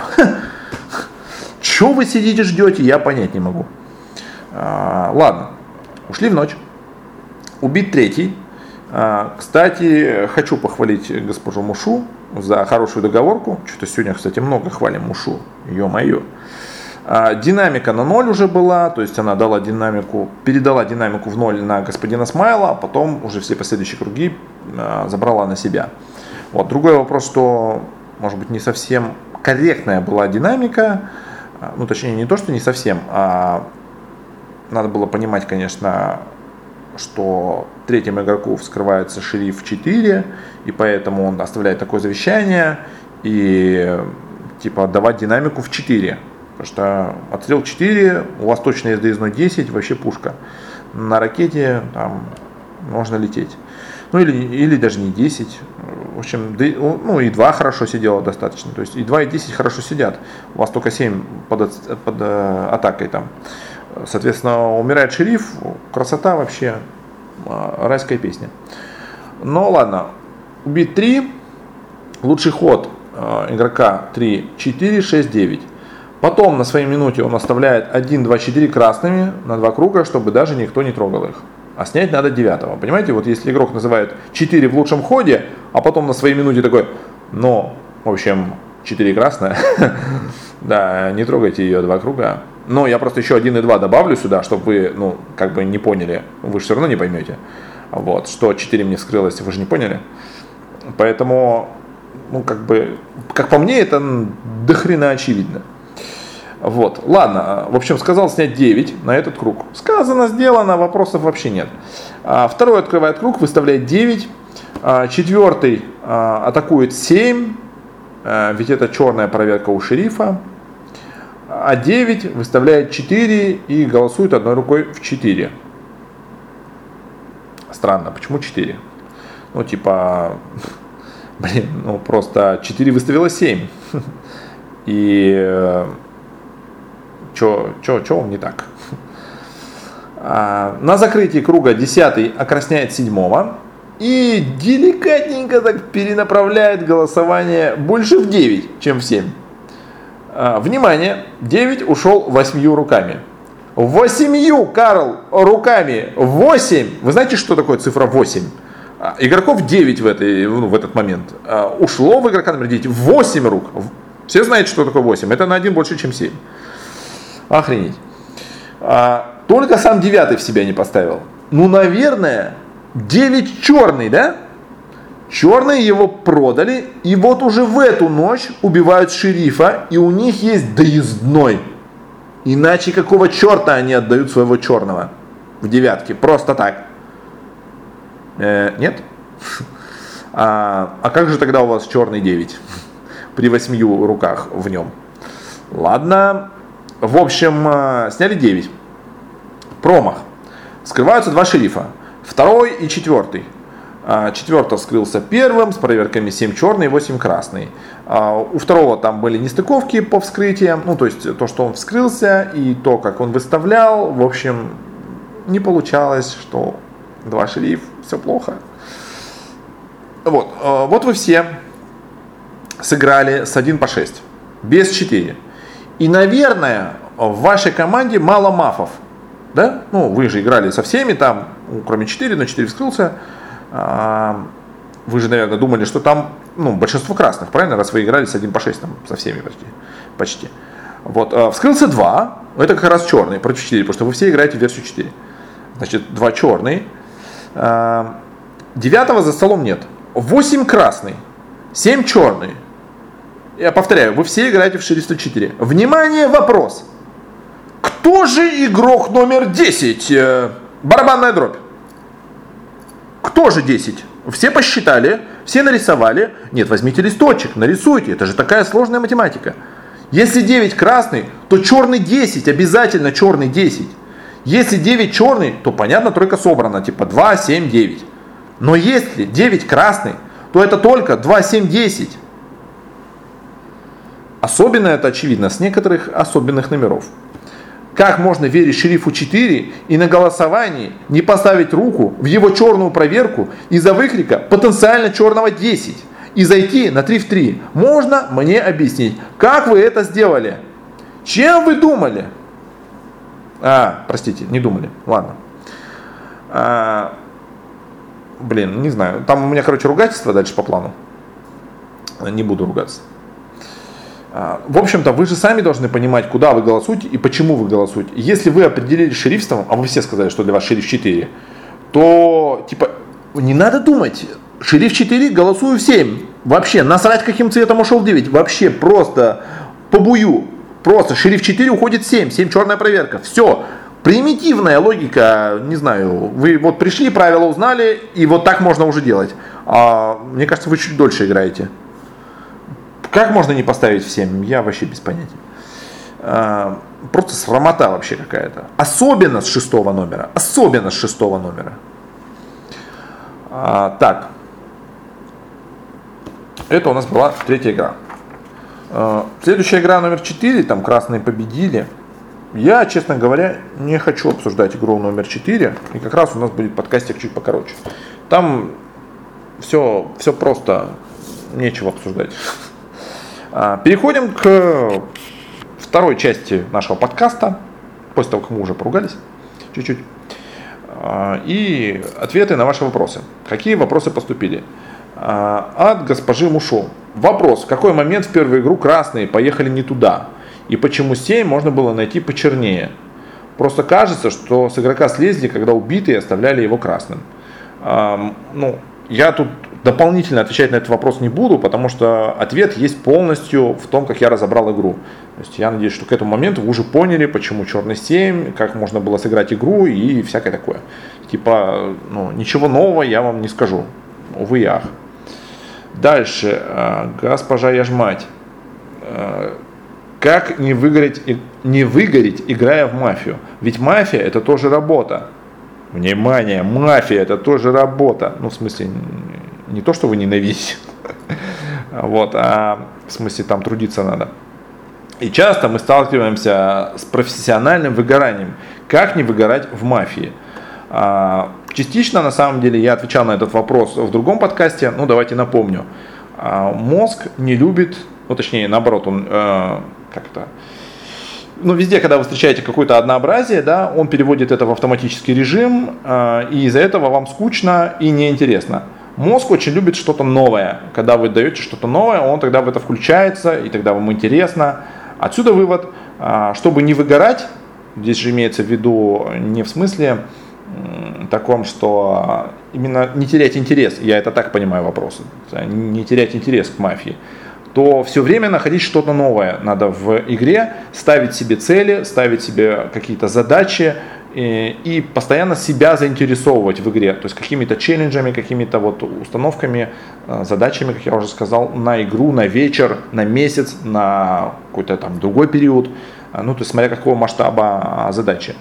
Че вы сидите ждете, я понять не могу. Ладно, ушли в ночь. Убит 3-й. Кстати, хочу похвалить госпожу Мушу за хорошую договорку. Что-то сегодня, кстати, много хвалим Мушу. Ё-моё. Динамика на 0 уже была, то есть она дала динамику, передала динамику в 0 на господина Смайла, а потом уже все последующие круги забрала на себя. Вот. Другой вопрос, что, может быть, не совсем корректная была динамика, ну, точнее, не то, что не совсем, а надо было понимать, конечно, что 3-му игроку вскрывается шериф 4, и поэтому он оставляет такое завещание, и типа отдавать динамику в 4. Потому что отстрел 4, у вас точно езды 10, вообще пушка. На ракете там можно лететь. Ну или даже не 10. В общем, ну и 2 хорошо сидело достаточно. То есть и 2, и 10 хорошо сидят. У вас только 7 под атакой там. Соответственно, умирает шериф, красота вообще, райская песня. Но ладно, убит 3, лучший ход игрока 3, 4, 6, 9. Потом на своей минуте он оставляет 1, 2, 4 красными на 2 круга, чтобы даже никто не трогал их. А снять надо 9-го. Понимаете, вот если игрок называет 4 в лучшем ходе, а потом на своей минуте такой, ну, в общем, 4 красная, да, не трогайте ее 2 круга. Но я просто еще 1 и 2 добавлю сюда, чтобы вы, ну, как бы не поняли, вы же все равно не поймете, вот, что 4 мне вскрылось, вы же не поняли. Поэтому, ну, как бы, как по мне, это дохрена очевидно. Вот, ладно, в общем, сказал снять 9 на этот круг. Сказано, сделано, вопросов вообще нет. Второй открывает круг, выставляет 9. Четвертый атакует 7, ведь это черная проверка у шерифа. А 9 выставляет 4 и голосует одной рукой в 4. Странно, почему 4? Ну, типа, просто 4 выставила 7. И чё вам не так? На закрытии круга 10 окрасняет 7 и деликатненько так перенаправляет голосование больше в 9, чем в 7. Внимание, 9 ушел 8 руками. 8, Карл, руками 8. Вы знаете, что такое цифра 8? Игроков 9 в этот момент. Ушло в игрока номер 9 8 рук. Все знают, что такое 8. Это на 1 больше, чем 7. Охренеть. Только сам 9 в себя не поставил. Ну, наверное, 9 черный, да? Черные его продали, и вот уже в эту ночь убивают шерифа, и у них есть доездной. Иначе какого черта они отдают своего черного в 9? Просто так. Нет? А как же тогда у вас черный 9? При 8 руках в нем. Ладно. В общем, сняли 9. Промах. Скрываются 2 шерифа. 2 и 4. 4 скрылся первым с проверками 7 черный и 8 красный. У 2 там были нестыковки по вскрытиям. Ну, то есть то, что он вскрылся, и то, как он выставлял. В общем, не получалось, что 2 шериф, все плохо. Вот вы все сыграли с 1 по 6. Без 4. И, наверное, в вашей команде мало мафов. Да? Ну, вы же играли со всеми, там, кроме 4, но 4 вскрылся. Вы же, наверное, думали, что там большинство красных, правильно? Раз вы играли с 1 по 6, там, со всеми почти. Вот, вскрылся 2, это как раз черный против 4, потому что вы все играете в версию 4. Значит, 2 черный. 9 за столом нет. 8 красный, 7 черный. Я повторяю, вы все играете в шерифство 4. Внимание, вопрос. Кто же игрок номер 10? Барабанная дробь. Кто же 10? Все посчитали, все нарисовали. Нет, возьмите листочек, нарисуйте. Это же такая сложная математика. Если 9 красный, то черный 10, обязательно черный 10. Если 9 черный, то понятно, тройка собрана, типа 2, 7, 9. Но если 9 красный, то это только 2, 7, 10. Особенно это очевидно с некоторых особенных номеров. Как можно верить шерифу 4 и на голосовании не поставить руку в его черную проверку из-за выкрика потенциально черного 10 и зайти на 3 в 3? Можно мне объяснить, как вы это сделали? Чем вы думали? Простите, не думали. Ладно. Не знаю. Там у меня, ругательство дальше по плану. Не буду ругаться. В общем-то, вы же сами должны понимать, куда вы голосуете и почему вы голосуете. Если вы определили шерифством, а вы все сказали, что для вас шериф 4, то, не надо думать. Шериф 4, голосую в 7. Вообще, насрать, каким цветом ушел 9. Вообще, просто побую. Просто шериф 4 уходит 7. 7 черная проверка. Все. Примитивная логика, не знаю. Вы вот пришли, правила узнали, и вот так можно уже делать. Мне кажется, вы чуть дольше играете. Как можно не поставить в 7? Я вообще без понятия. Просто срамота вообще какая-то. Особенно с 6 номера. Особенно с 6 номера. Так. Это у нас была 3-я игра. Следующая игра номер 4. Там красные победили. Я, честно говоря, не хочу обсуждать игру номер 4. И как раз у нас будет подкастик чуть покороче. Там все просто. Нечего обсуждать. Переходим к второй части нашего подкаста, после того, как мы уже поругались чуть-чуть, и ответы на ваши вопросы. Какие вопросы поступили? От госпожи Мушо. Вопрос: в какой момент в первую игру красные поехали не туда? И почему 7 можно было найти почернее? Просто кажется, что с игрока слезли, когда убитые оставляли его красным. Я тут дополнительно отвечать на этот вопрос не буду, потому что ответ есть полностью в том, как я разобрал игру. То есть я надеюсь, что к этому моменту вы уже поняли, почему черный 7, как можно было сыграть игру и всякое такое. Типа, ничего нового я вам не скажу. Увы и ах. Дальше, госпожа Яжмать. Как не выгореть, играя в мафию? Ведь мафия это тоже работа. Внимание, мафия это тоже работа. В смысле, не то, что вы ненавидите, а в смысле там трудиться надо. И часто мы сталкиваемся с профессиональным выгоранием. Как не выгорать в мафии? Частично, на самом деле, я отвечал на этот вопрос в другом подкасте, давайте напомню. Мозг не любит, точнее, наоборот, он везде, когда вы встречаете какое-то однообразие, да, он переводит это в автоматический режим, и из-за этого вам скучно и неинтересно. Мозг очень любит что-то новое. Когда вы даете что-то новое, он тогда в это включается, и тогда вам интересно. Отсюда вывод, чтобы не выгорать, здесь же имеется в виду не в смысле таком, что именно не терять интерес, я это так понимаю вопрос, не терять интерес к мафии, то все время находить что-то новое надо в игре, ставить себе цели, ставить себе какие-то задачи и постоянно себя заинтересовывать в игре, то есть какими-то челленджами, какими-то установками, задачами, как я уже сказал, на игру, на вечер, на месяц, на какой-то там другой период, то есть смотря какого масштаба задачи.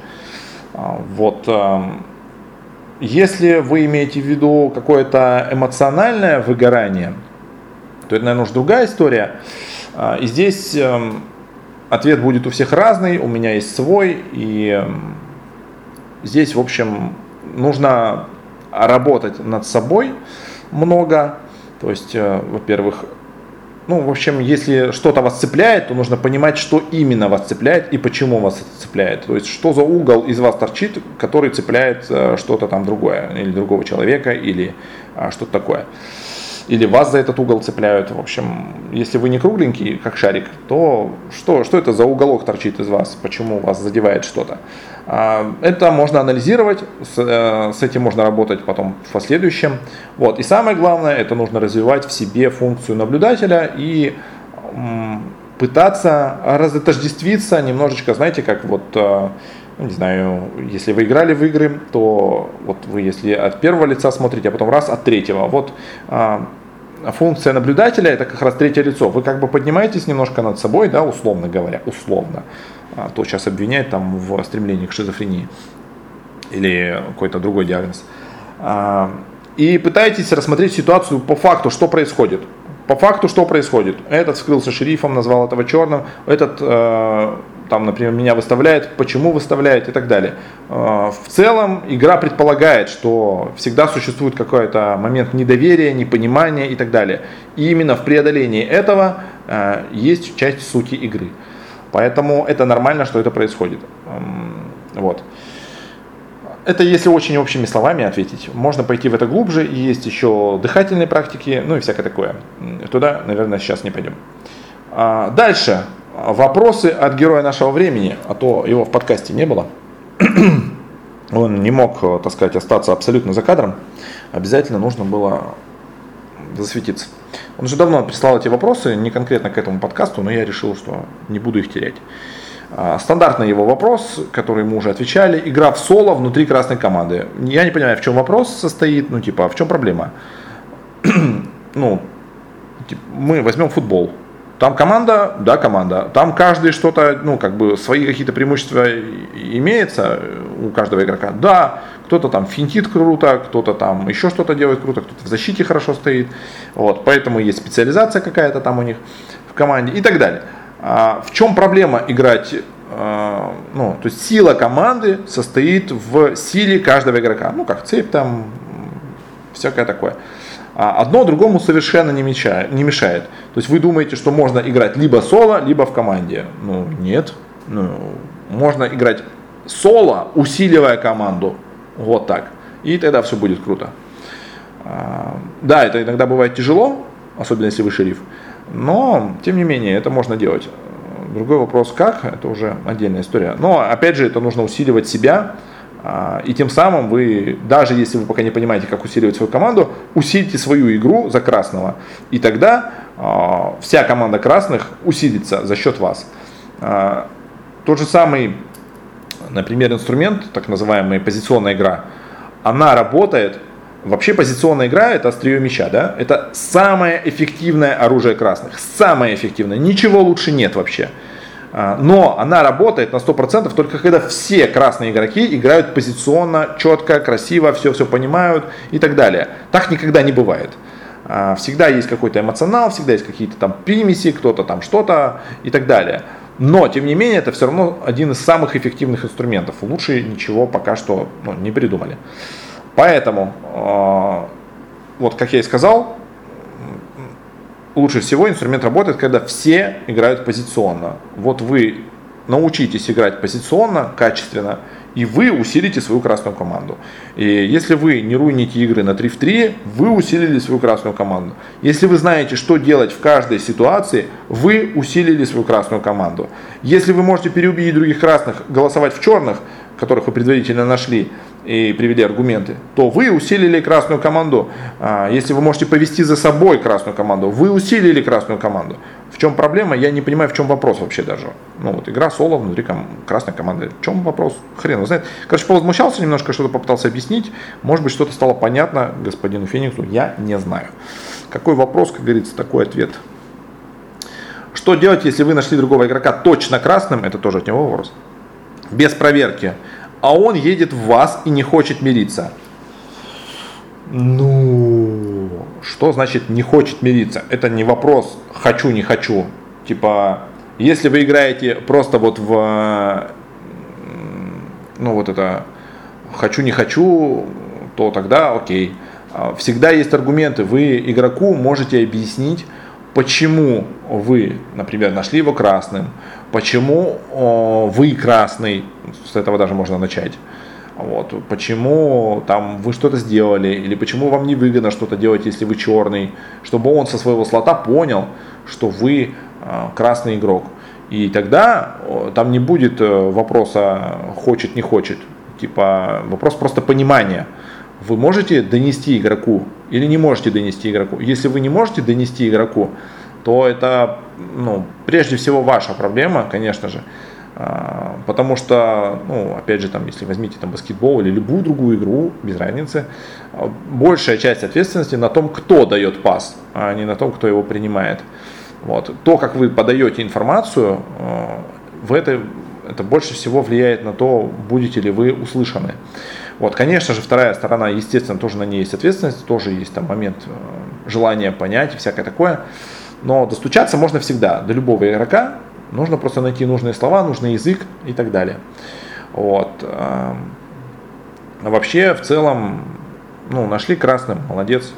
Если вы имеете в виду какое-то эмоциональное выгорание, то это, наверное, уже другая история. И здесь ответ будет у всех разный, у меня есть свой. И здесь, в общем, нужно работать над собой много. То есть, во-первых, если что-то вас цепляет, то нужно понимать, что именно вас цепляет и почему вас это цепляет. То есть, что за угол из вас торчит, который цепляет что-то там другое, или другого человека, или что-то такое. Или вас за этот угол цепляют. В общем, если вы не кругленький, как шарик, то что это за уголок торчит из вас, почему вас задевает что-то. Это можно анализировать, с этим можно работать потом в последующем. И самое главное, это нужно развивать в себе функцию наблюдателя и пытаться разотождествиться немножечко, знаете, как не знаю, если вы играли в игры, то вы если от первого лица смотрите, а потом раз от третьего. Функция наблюдателя это как раз третье лицо. Вы как бы поднимаетесь немножко над собой, да, условно говоря, то сейчас обвиняют там в стремлении к шизофрении или какой-то другой диагноз. И пытаетесь рассмотреть ситуацию по факту, что происходит. По факту, что происходит. Этот скрылся шерифом, назвал этого черным, этот например, меня выставляет, почему выставляет и так далее. В целом игра предполагает, что всегда существует какой-то момент недоверия, непонимания и так далее. И именно в преодолении этого есть часть сути игры. Поэтому это нормально, что это происходит. Это если очень общими словами ответить. Можно пойти в это глубже, и есть еще дыхательные практики, и всякое такое. Туда, наверное, сейчас не пойдем. Дальше. Вопросы от героя нашего времени, а то его в подкасте не было. Он не мог, так сказать, остаться абсолютно за кадром. Обязательно нужно было засветиться. Он уже давно прислал эти вопросы, не конкретно к этому подкасту, но я решил, что не буду их терять. Стандартный его вопрос, который мы уже отвечали. Игра в соло внутри красной команды. Я не понимаю, в чем вопрос состоит, в чем проблема. Мы возьмем футбол. Там команда, да, команда. Там каждый что-то, свои какие-то преимущества имеется у каждого игрока. Да, кто-то там финтит круто, кто-то там еще что-то делает круто, кто-то в защите хорошо стоит. Поэтому есть специализация какая-то там у них в команде и так далее. В чем проблема играть? То есть сила команды состоит в силе каждого игрока. Как цепь там, всякое такое. Одно другому совершенно не мешает. То есть вы думаете, что можно играть либо соло, либо в команде. Нет. Можно играть соло, усиливая команду. Вот так. И тогда все будет круто. Да, это иногда бывает тяжело, особенно если вы шериф. Но, тем не менее, это можно делать. Другой вопрос, как, это уже отдельная история. Но, опять же, это нужно усиливать себя И тем самым вы, даже если вы пока не понимаете, как усиливать свою команду, усилите свою игру за красного. И тогда вся команда красных усилится за счет вас. Тот же самый, например, инструмент, так называемая позиционная игра, она работает. Вообще позиционная игра — это острие меча, да? Это самое эффективное оружие красных. Самое эффективное. Ничего лучше нет вообще. Но она работает на 100% только когда все красные игроки играют позиционно, четко, красиво, все понимают и так далее. Так никогда не бывает. Всегда есть какой-то эмоционал, всегда есть какие-то там примеси, кто-то там что-то и так далее. Но, тем не менее, это все равно один из самых эффективных инструментов. Лучше ничего пока что не придумали. Поэтому, вот как я и сказал, лучше всего инструмент работает, когда все играют позиционно. Вот вы научитесь играть позиционно, качественно, и вы усилите свою красную команду. И если вы не руините игры на 3 в 3, вы усилили свою красную команду. Если вы знаете, что делать в каждой ситуации, вы усилили свою красную команду. Если вы можете переубедить других красных голосовать в черных, которых вы предварительно нашли и привели аргументы, то вы усилили красную команду. Если вы можете повести за собой красную команду, вы усилили красную команду. В чем проблема? Я не понимаю, в чем вопрос вообще даже. Игра соло внутри красной команды. В чем вопрос? Хрен его знает. Короче, повозмущался немножко, что-то попытался объяснить. Может быть, что-то стало понятно господину Фениксу. Я не знаю. Какой вопрос, как говорится, такой ответ. Что делать, если вы нашли другого игрока точно красным? Это тоже от него вопрос. Без проверки. А он едет в вас и не хочет мириться. Что значит не хочет мириться? Это не вопрос хочу, не хочу. Типа, если вы играете просто вот в, это хочу, не хочу, то тогда окей. Всегда есть аргументы. Вы игроку можете объяснить, почему вы, например, нашли его красным, почему вы красный, с этого даже можно начать. Почему там вы что-то сделали, или почему вам не выгодно что-то делать, если вы черный, чтобы он со своего слота понял, что вы красный игрок. И тогда там не будет вопроса хочет, не хочет. Типа вопрос просто понимания. Вы можете донести игроку или не можете донести игроку. Если вы не можете донести игроку, то это прежде всего ваша проблема, конечно же. Потому что, опять же, если возьмите баскетбол или любую другую игру, без разницы, большая часть ответственности на том, кто дает пас, а не на том, кто его принимает. То, как вы подаете информацию, это больше всего влияет на то, будете ли вы услышаны. Конечно же, вторая сторона, естественно, тоже на ней есть ответственность, тоже есть момент желания понять и всякое такое. Но достучаться можно всегда до любого игрока. Нужно просто найти нужные слова, нужный язык и так далее. Вообще, в целом, нашли красным, молодец.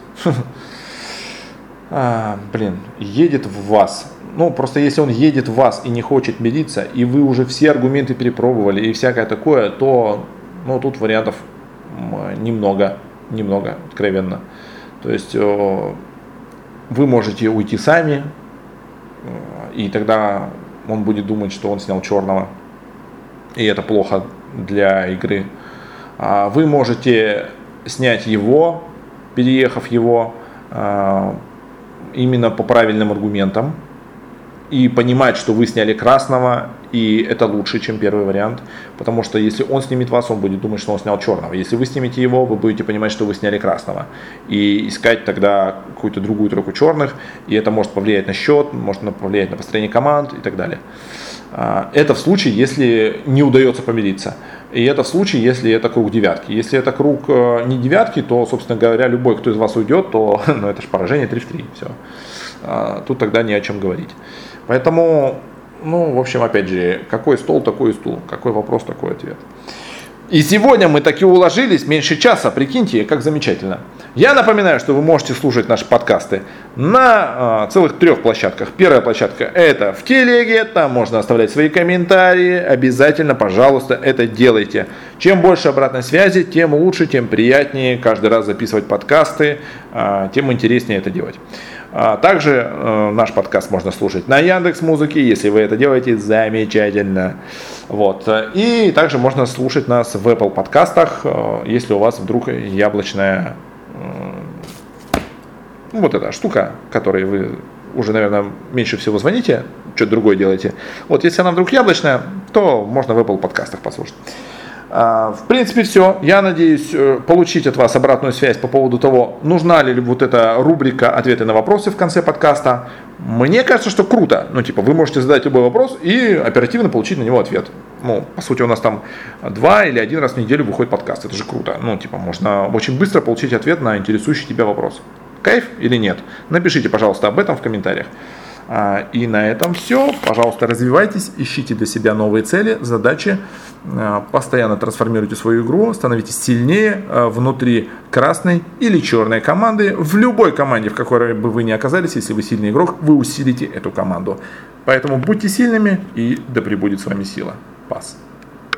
Едет в вас. Просто если он едет в вас и не хочет мириться, и вы уже все аргументы перепробовали и всякое такое, то тут вариантов немного, откровенно. То есть вы можете уйти сами, и тогда он будет думать, что он снял черного, и это плохо для игры. Вы можете снять его, переехав его, именно по правильным аргументам, и понимать, что вы сняли красного, и это лучше, чем первый вариант, потому что если он снимет вас, он будет думать, что он снял черного. Если вы снимете его, вы будете понимать, что вы сняли красного, и искать тогда какую-то другую тройку черных, и это может повлиять на счет, может повлиять на построение команд и так далее. Это в случае, если не удается помириться. И это в случае, если это круг девятки. Если это круг не девятки, то, собственно говоря, любой, кто из вас уйдет, то это же поражение 3 в 3. Все. Тут тогда не о чем говорить. Поэтому, в общем, опять же, какой стол, такой и стул. Какой вопрос, такой ответ. И сегодня мы таки уложились меньше часа, прикиньте, как замечательно. Я напоминаю, что вы можете слушать наши подкасты на целых 3 площадках. Первая площадка — это в телеге, там можно оставлять свои комментарии, обязательно, пожалуйста, это делайте. Чем больше обратной связи, тем лучше, тем приятнее каждый раз записывать подкасты, тем интереснее это делать. Также наш подкаст можно слушать на Яндекс.Музыке, если вы это делаете, замечательно. Вот. И также можно слушать нас в Apple подкастах, если у вас вдруг яблочная вот эта штука, которой вы уже, наверное, меньше всего звоните, что-то другое делаете. Вот, если она вдруг яблочная, то можно в Apple подкастах послушать. В принципе, все. Я надеюсь получить от вас обратную связь по поводу того, нужна ли вот эта рубрика «Ответы на вопросы» в конце подкаста. Мне кажется, что круто. Вы можете задать любой вопрос и оперативно получить на него ответ. По сути, у нас там 2 или 1 раз в неделю выходит подкаст. Это же круто. Можно очень быстро получить ответ на интересующий тебя вопрос. Кайф или нет? Напишите, пожалуйста, об этом в комментариях. И на этом все. Пожалуйста, развивайтесь, ищите для себя новые цели, задачи, постоянно трансформируйте свою игру, становитесь сильнее внутри красной или черной команды. В любой команде, в какой бы вы ни оказались, если вы сильный игрок, вы усилите эту команду. Поэтому будьте сильными, и да пребудет с вами сила. Пас.